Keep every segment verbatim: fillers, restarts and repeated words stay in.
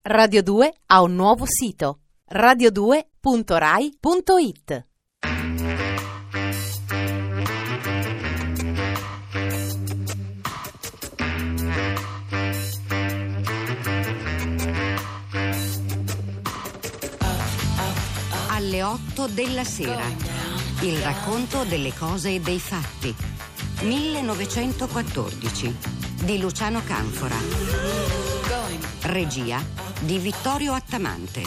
Radio due ha un nuovo sito: radio due punto rai punto it. Alle otto della sera, il racconto delle cose e dei fatti. millenovecentoquattordici di Luciano Canfora. Regia di Vittorio Attamante.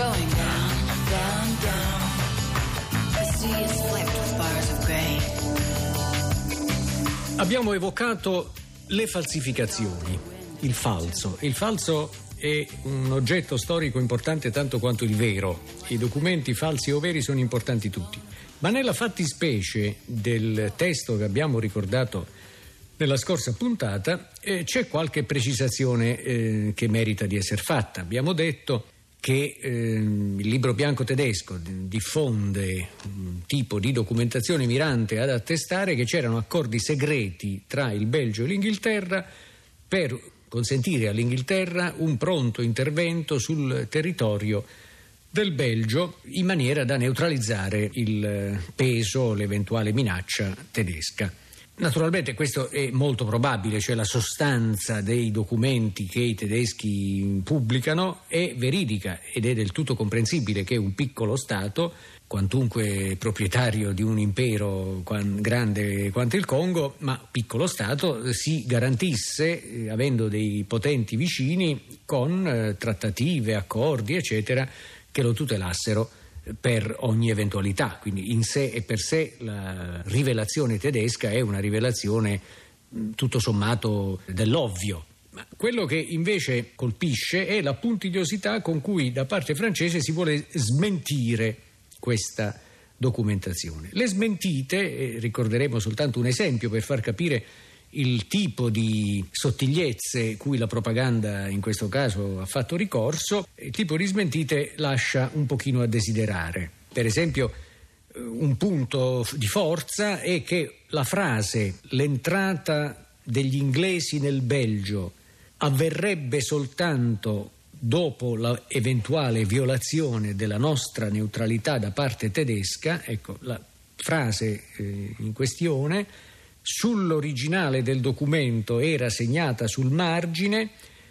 Abbiamo evocato le falsificazioni, il falso. Il falso è un oggetto storico importante tanto quanto il vero. I documenti falsi o veri sono importanti tutti. Ma nella fattispecie del testo che abbiamo ricordato nella scorsa puntata eh, c'è qualche precisazione eh, che merita di essere fatta. Abbiamo detto che eh, il libro bianco tedesco diffonde un tipo di documentazione mirante ad attestare che c'erano accordi segreti tra il Belgio e l'Inghilterra per consentire all'Inghilterra un pronto intervento sul territorio del Belgio in maniera da neutralizzare il peso, l'eventuale minaccia tedesca. Naturalmente questo è molto probabile, cioè la sostanza dei documenti che i tedeschi pubblicano è veridica ed è del tutto comprensibile che un piccolo Stato, quantunque proprietario di un impero grande quanto il Congo, ma piccolo Stato, si garantisse, eh, avendo dei potenti vicini, con eh, trattative, accordi, eccetera, che lo tutelassero per ogni eventualità. Quindi in sé e per sé la rivelazione tedesca è una rivelazione tutto sommato dell'ovvio. Ma quello che invece colpisce è la puntigliosità con cui da parte francese si vuole smentire questa documentazione. Le smentite, eh, ricorderemo soltanto un esempio per far capire il tipo di sottigliezze cui la propaganda in questo caso ha fatto ricorso. Il tipo di smentite lascia un pochino a desiderare. Per esempio, un punto di forza è che la frase "l'entrata degli inglesi nel Belgio avverrebbe soltanto dopo la eventuale violazione della nostra neutralità da parte tedesca", ecco, la frase eh, in questione sull'originale del documento era segnata sul margine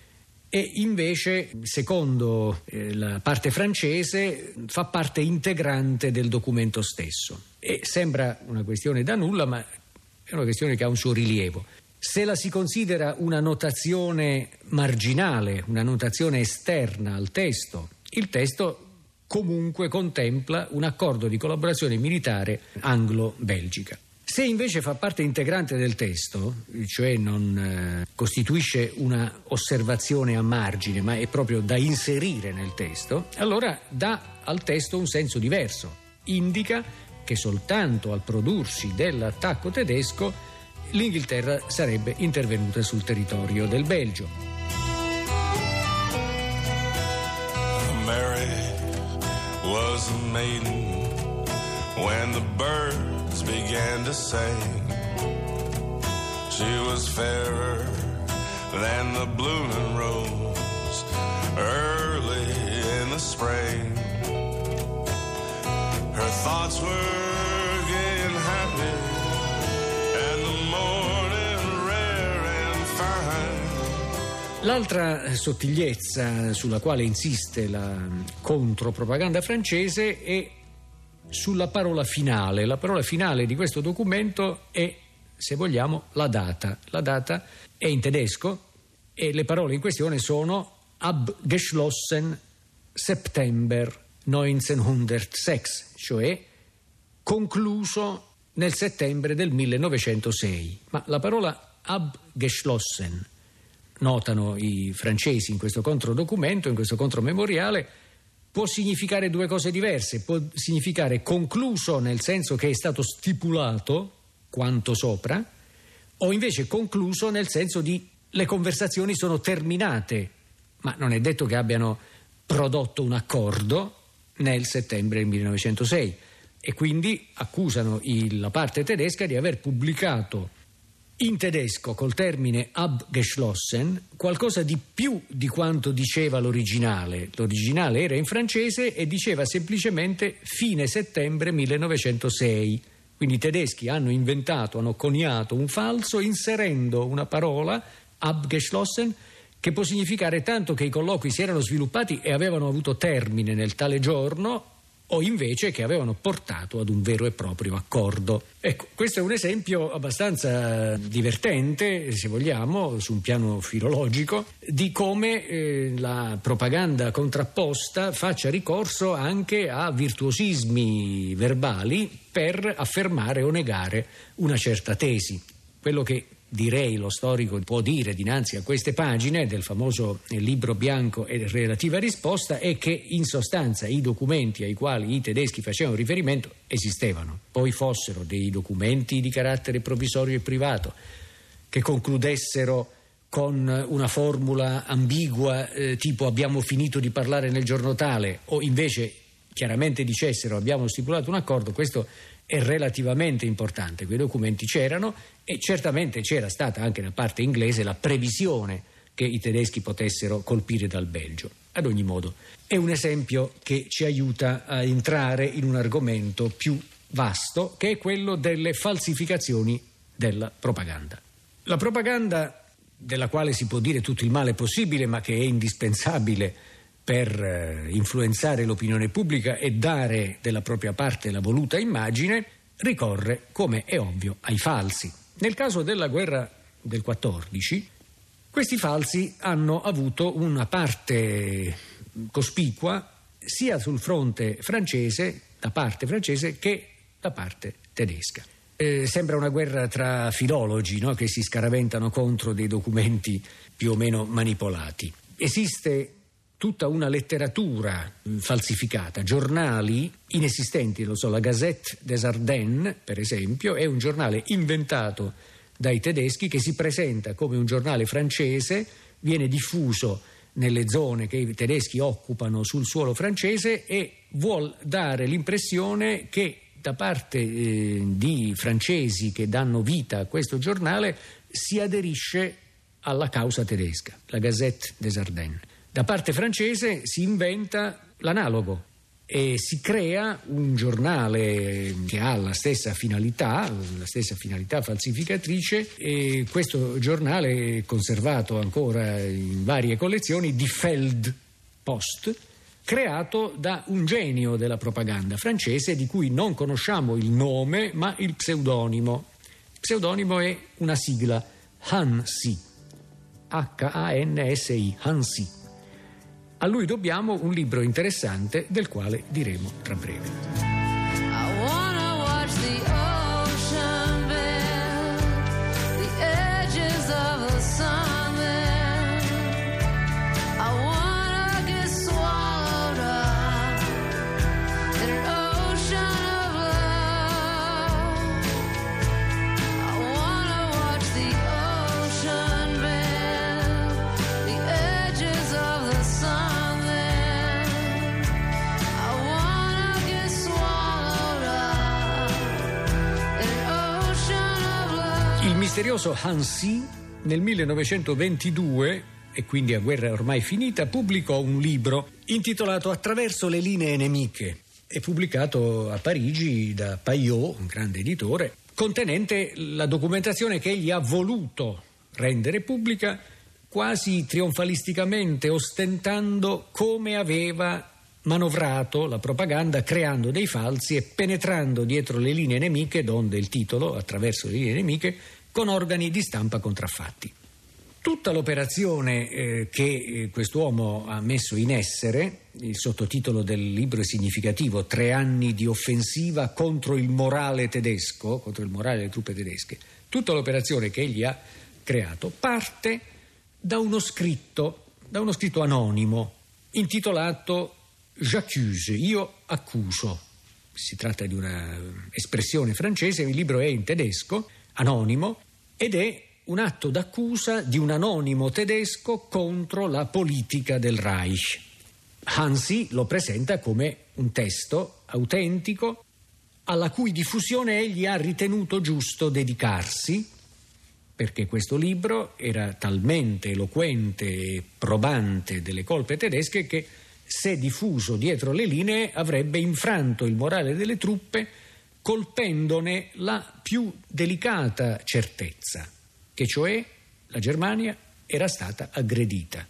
e invece, secondo eh, la parte francese, fa parte integrante del documento stesso. E sembra una questione da nulla, ma è una questione che ha un suo rilievo. Se la si considera una notazione marginale, una notazione esterna al testo, il testo comunque contempla un accordo di collaborazione militare anglo-belgica. Se invece fa parte integrante del testo, cioè non eh, costituisce una osservazione a margine, ma è proprio da inserire nel testo, allora dà al testo un senso diverso. Indica che soltanto al prodursi dell'attacco tedesco l'Inghilterra sarebbe intervenuta sul territorio del Belgio. Mary was a maiden when the birds began to sing. She was fairer than the blooming rose early in the spring. Her thoughts were gay and happy, and the morning rare and fine. L'altra sottigliezza sulla quale insiste la contropropaganda francese è sulla parola finale. La parola finale di questo documento è, se vogliamo, la data. La data è in tedesco e le parole in questione sono abgeschlossen September millenovecentosei, cioè concluso nel settembre del millenovecentosei. Ma la parola abgeschlossen, notano i francesi in questo controdocumento, in questo contromemoriale, può significare due cose diverse. Può significare concluso nel senso che è stato stipulato quanto sopra, o invece concluso nel senso di le conversazioni sono terminate, ma non è detto che abbiano prodotto un accordo nel settembre del millenovecentosei, e quindi accusano il, la parte tedesca di aver pubblicato in tedesco col termine abgeschlossen qualcosa di più di quanto diceva l'originale. L'originale era in francese e diceva semplicemente fine settembre millenovecentosei. Quindi i tedeschi hanno inventato, hanno coniato un falso inserendo una parola, abgeschlossen, che può significare tanto che i colloqui si erano sviluppati e avevano avuto termine nel tale giorno, o invece che avevano portato ad un vero e proprio accordo. Ecco, questo è un esempio abbastanza divertente, se vogliamo, su un piano filologico, di come eh, la propaganda contrapposta faccia ricorso anche a virtuosismi verbali per affermare o negare una certa tesi. Quello che direi lo storico può dire dinanzi a queste pagine del famoso libro bianco e relativa risposta è che in sostanza i documenti ai quali i tedeschi facevano riferimento esistevano, poi fossero dei documenti di carattere provvisorio e privato che concludessero con una formula ambigua eh, tipo abbiamo finito di parlare nel giorno tale, o invece chiaramente dicessero abbiamo stipulato un accordo. Questo è relativamente importante. Quei documenti c'erano e certamente c'era stata anche da parte inglese la previsione che i tedeschi potessero colpire dal Belgio. Ad ogni modo è un esempio che ci aiuta a entrare in un argomento più vasto, che è quello delle falsificazioni della propaganda. La propaganda, della quale si può dire tutto il male possibile, ma che è indispensabile per influenzare l'opinione pubblica e dare della propria parte la voluta immagine, ricorre, come è ovvio, ai falsi. Nel caso della guerra del quattordici, questi falsi hanno avuto una parte cospicua sia sul fronte francese, da parte francese, che da parte tedesca. Eh, sembra una guerra tra filologi, no? Che si scaraventano contro dei documenti più o meno manipolati. Esiste tutta una letteratura falsificata, giornali inesistenti, lo so, la Gazette des Ardennes, per esempio, è un giornale inventato dai tedeschi che si presenta come un giornale francese, viene diffuso nelle zone che i tedeschi occupano sul suolo francese e vuol dare l'impressione che da parte eh, di francesi che danno vita a questo giornale si aderisce alla causa tedesca, la Gazette des Ardennes. Da parte francese si inventa l'analogo e si crea un giornale che ha la stessa finalità, la stessa finalità falsificatrice, e questo giornale è conservato ancora in varie collezioni, di Feldpost, creato da un genio della propaganda francese di cui non conosciamo il nome ma il pseudonimo. Il pseudonimo è una sigla, Hansi, H A N S I, Hansi. A lui dobbiamo un libro interessante del quale diremo tra breve. Il misterioso Hansi nel millenovecentoventidue, e quindi a guerra ormai finita, pubblicò un libro intitolato Attraverso le linee nemiche, e pubblicato a Parigi da Payot, un grande editore, contenente la documentazione che egli ha voluto rendere pubblica, quasi trionfalisticamente ostentando come aveva manovrato la propaganda, creando dei falsi e penetrando dietro le linee nemiche, donde il titolo, Attraverso le linee nemiche, con organi di stampa contraffatti. Tutta l'operazione eh, che eh, quest'uomo ha messo in essere, il sottotitolo del libro è significativo, Tre anni di offensiva contro il morale tedesco, contro il morale delle truppe tedesche, tutta l'operazione che egli ha creato parte da uno scritto, da uno scritto anonimo, intitolato J'accuse, io accuso. Si tratta di una espressione francese, il libro è in tedesco, anonimo, ed è un atto d'accusa di un anonimo tedesco contro la politica del Reich. Hansi lo presenta come un testo autentico alla cui diffusione egli ha ritenuto giusto dedicarsi, perché questo libro era talmente eloquente e probante delle colpe tedesche che, se diffuso dietro le linee, avrebbe infranto il morale delle truppe, colpendone la più delicata certezza, che cioè la Germania era stata aggredita.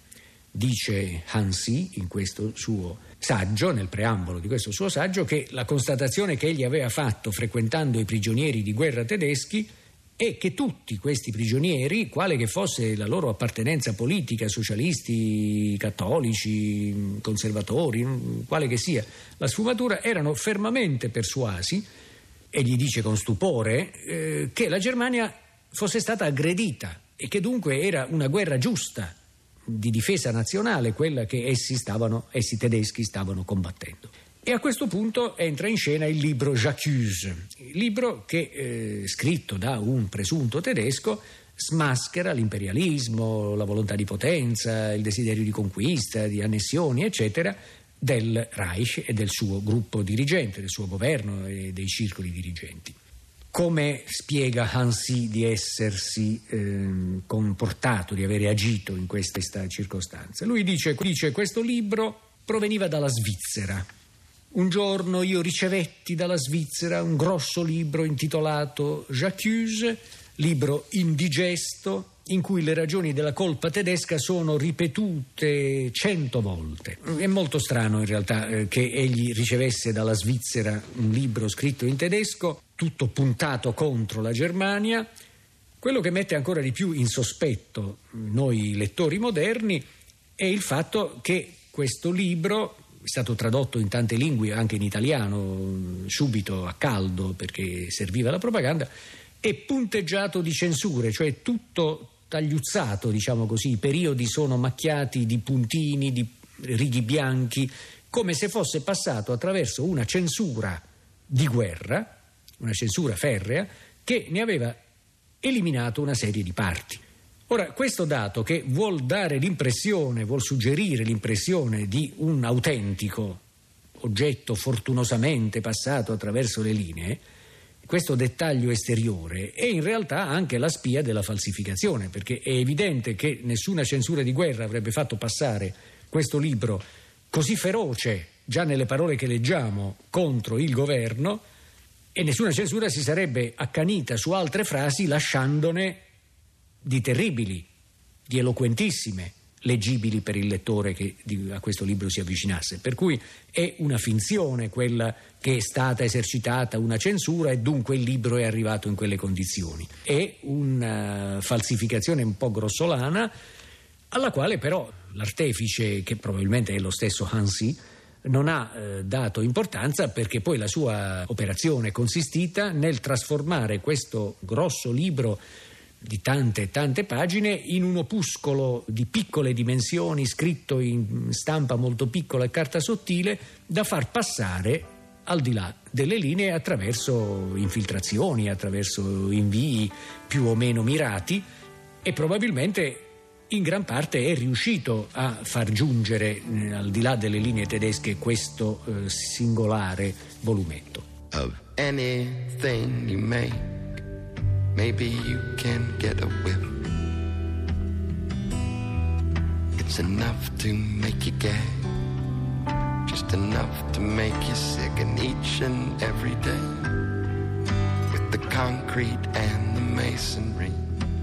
Dice Hansi in questo suo saggio, nel preambolo di questo suo saggio, che la constatazione che egli aveva fatto frequentando i prigionieri di guerra tedeschi è che tutti questi prigionieri, quale che fosse la loro appartenenza politica, socialisti, cattolici, conservatori, quale che sia la sfumatura, erano fermamente persuasi, e gli dice con stupore, eh, che la Germania fosse stata aggredita e che dunque era una guerra giusta di difesa nazionale quella che essi stavano, essi tedeschi stavano combattendo. E a questo punto entra in scena il libro J'accuse, il libro che, eh, scritto da un presunto tedesco, smaschera l'imperialismo, la volontà di potenza, il desiderio di conquista, di annessioni, eccetera, del Reich e del suo gruppo dirigente, del suo governo e dei circoli dirigenti. Come spiega Hansi di essersi eh, comportato, di avere agito in questa circostanza? Lui dice, dice questo libro proveniva dalla Svizzera. Un giorno io ricevetti dalla Svizzera un grosso libro intitolato J'accuse, libro indigesto in cui le ragioni della colpa tedesca sono ripetute cento volte. È molto strano in realtà eh, che egli ricevesse dalla Svizzera un libro scritto in tedesco, tutto puntato contro la Germania. Quello che mette ancora di più in sospetto noi lettori moderni è il fatto che questo libro è stato tradotto in tante lingue, anche in italiano, subito a caldo perché serviva alla propaganda, è punteggiato di censure, cioè tutto tagliuzzato, diciamo così, i periodi sono macchiati di puntini, di righi bianchi, come se fosse passato attraverso una censura di guerra, una censura ferrea, che ne aveva eliminato una serie di parti. Ora, questo dato, che vuol dare l'impressione, vuol suggerire l'impressione di un autentico oggetto fortunosamente passato attraverso le linee, questo dettaglio esteriore è in realtà anche la spia della falsificazione, perché è evidente che nessuna censura di guerra avrebbe fatto passare questo libro così feroce, già nelle parole che leggiamo, contro il governo, e nessuna censura si sarebbe accanita su altre frasi lasciandone di terribili, di eloquentissime, leggibili per il lettore che a questo libro si avvicinasse. Per cui è una finzione quella che è stata esercitata una censura e dunque il libro è arrivato in quelle condizioni. È una falsificazione un po' grossolana, alla quale però l'artefice, che probabilmente è lo stesso Hansi, non ha eh, dato importanza, perché poi la sua operazione è consistita nel trasformare questo grosso libro di tante e tante pagine in un opuscolo di piccole dimensioni, scritto in stampa molto piccola e carta sottile, da far passare al di là delle linee attraverso infiltrazioni, attraverso invii più o meno mirati, e probabilmente in gran parte è riuscito a far giungere eh, al di là delle linee tedesche questo eh, singolare volumetto. Of anything you make, maybe you can get a whiff. It's enough to make you gag, just enough to make you sick, and each and every day with the concrete and the masonry,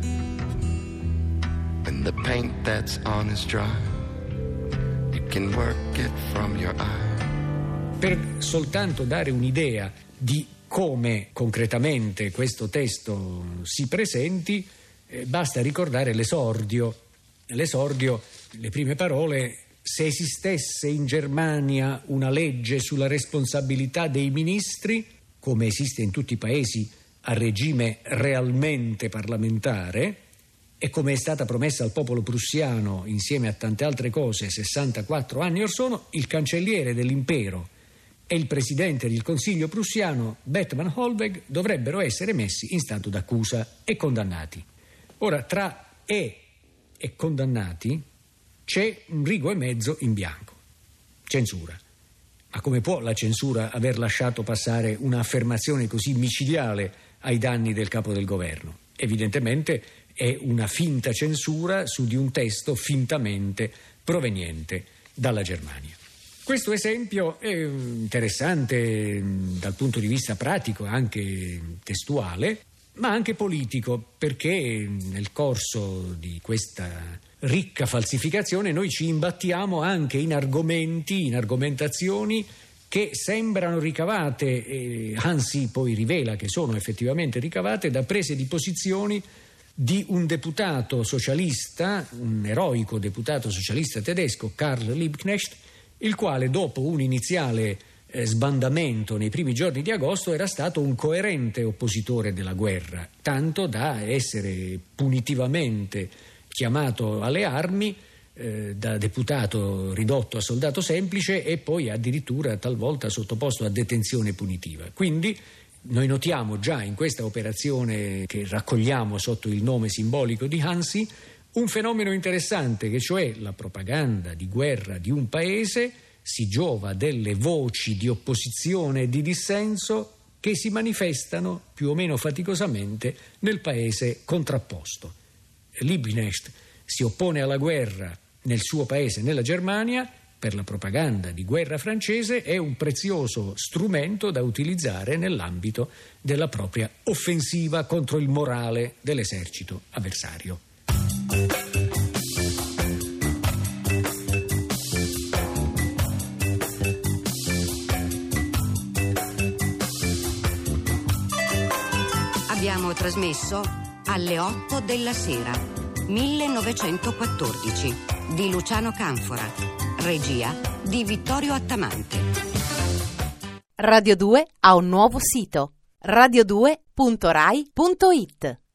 when the paint that's on is dry, you can work it from your eye. Per soltanto dare un'idea di come concretamente questo testo si presenti, eh, basta ricordare l'esordio. L'esordio, le prime parole: se esistesse in Germania una legge sulla responsabilità dei ministri, come esiste in tutti i paesi a regime realmente parlamentare, e come è stata promessa al popolo prussiano insieme a tante altre cose sessantaquattro anni or sono, il cancelliere dell'impero e il presidente del Consiglio prussiano, Bethmann Hollweg, dovrebbero essere messi in stato d'accusa e condannati. Ora, tra e e condannati c'è un rigo e mezzo in bianco: censura. Ma come può la censura aver lasciato passare un'affermazione così micidiale ai danni del capo del governo? Evidentemente è una finta censura su di un testo fintamente proveniente dalla Germania. Questo esempio è interessante dal punto di vista pratico, anche testuale, ma anche politico, perché nel corso di questa ricca falsificazione noi ci imbattiamo anche in argomenti, in argomentazioni che sembrano ricavate, e anzi poi rivela che sono effettivamente ricavate da prese di posizioni di un deputato socialista, un eroico deputato socialista tedesco, Karl Liebknecht, il quale dopo un iniziale eh, sbandamento nei primi giorni di agosto era stato un coerente oppositore della guerra, tanto da essere punitivamente chiamato alle armi, eh, da deputato ridotto a soldato semplice e poi addirittura talvolta sottoposto a detenzione punitiva. Quindi noi notiamo già in questa operazione che raccogliamo sotto il nome simbolico di Hansi un fenomeno interessante, che cioè la propaganda di guerra di un paese si giova delle voci di opposizione e di dissenso che si manifestano più o meno faticosamente nel paese contrapposto. Liebknecht si oppone alla guerra nel suo paese, nella Germania. Per la propaganda di guerra francese è un prezioso strumento da utilizzare nell'ambito della propria offensiva contro il morale dell'esercito avversario. Abbiamo trasmesso Alle otto della sera, millenovecentoquattordici, di Luciano Canfora, regia di Vittorio Attamante. Radio due ha un nuovo sito, radio due punto rai punto it.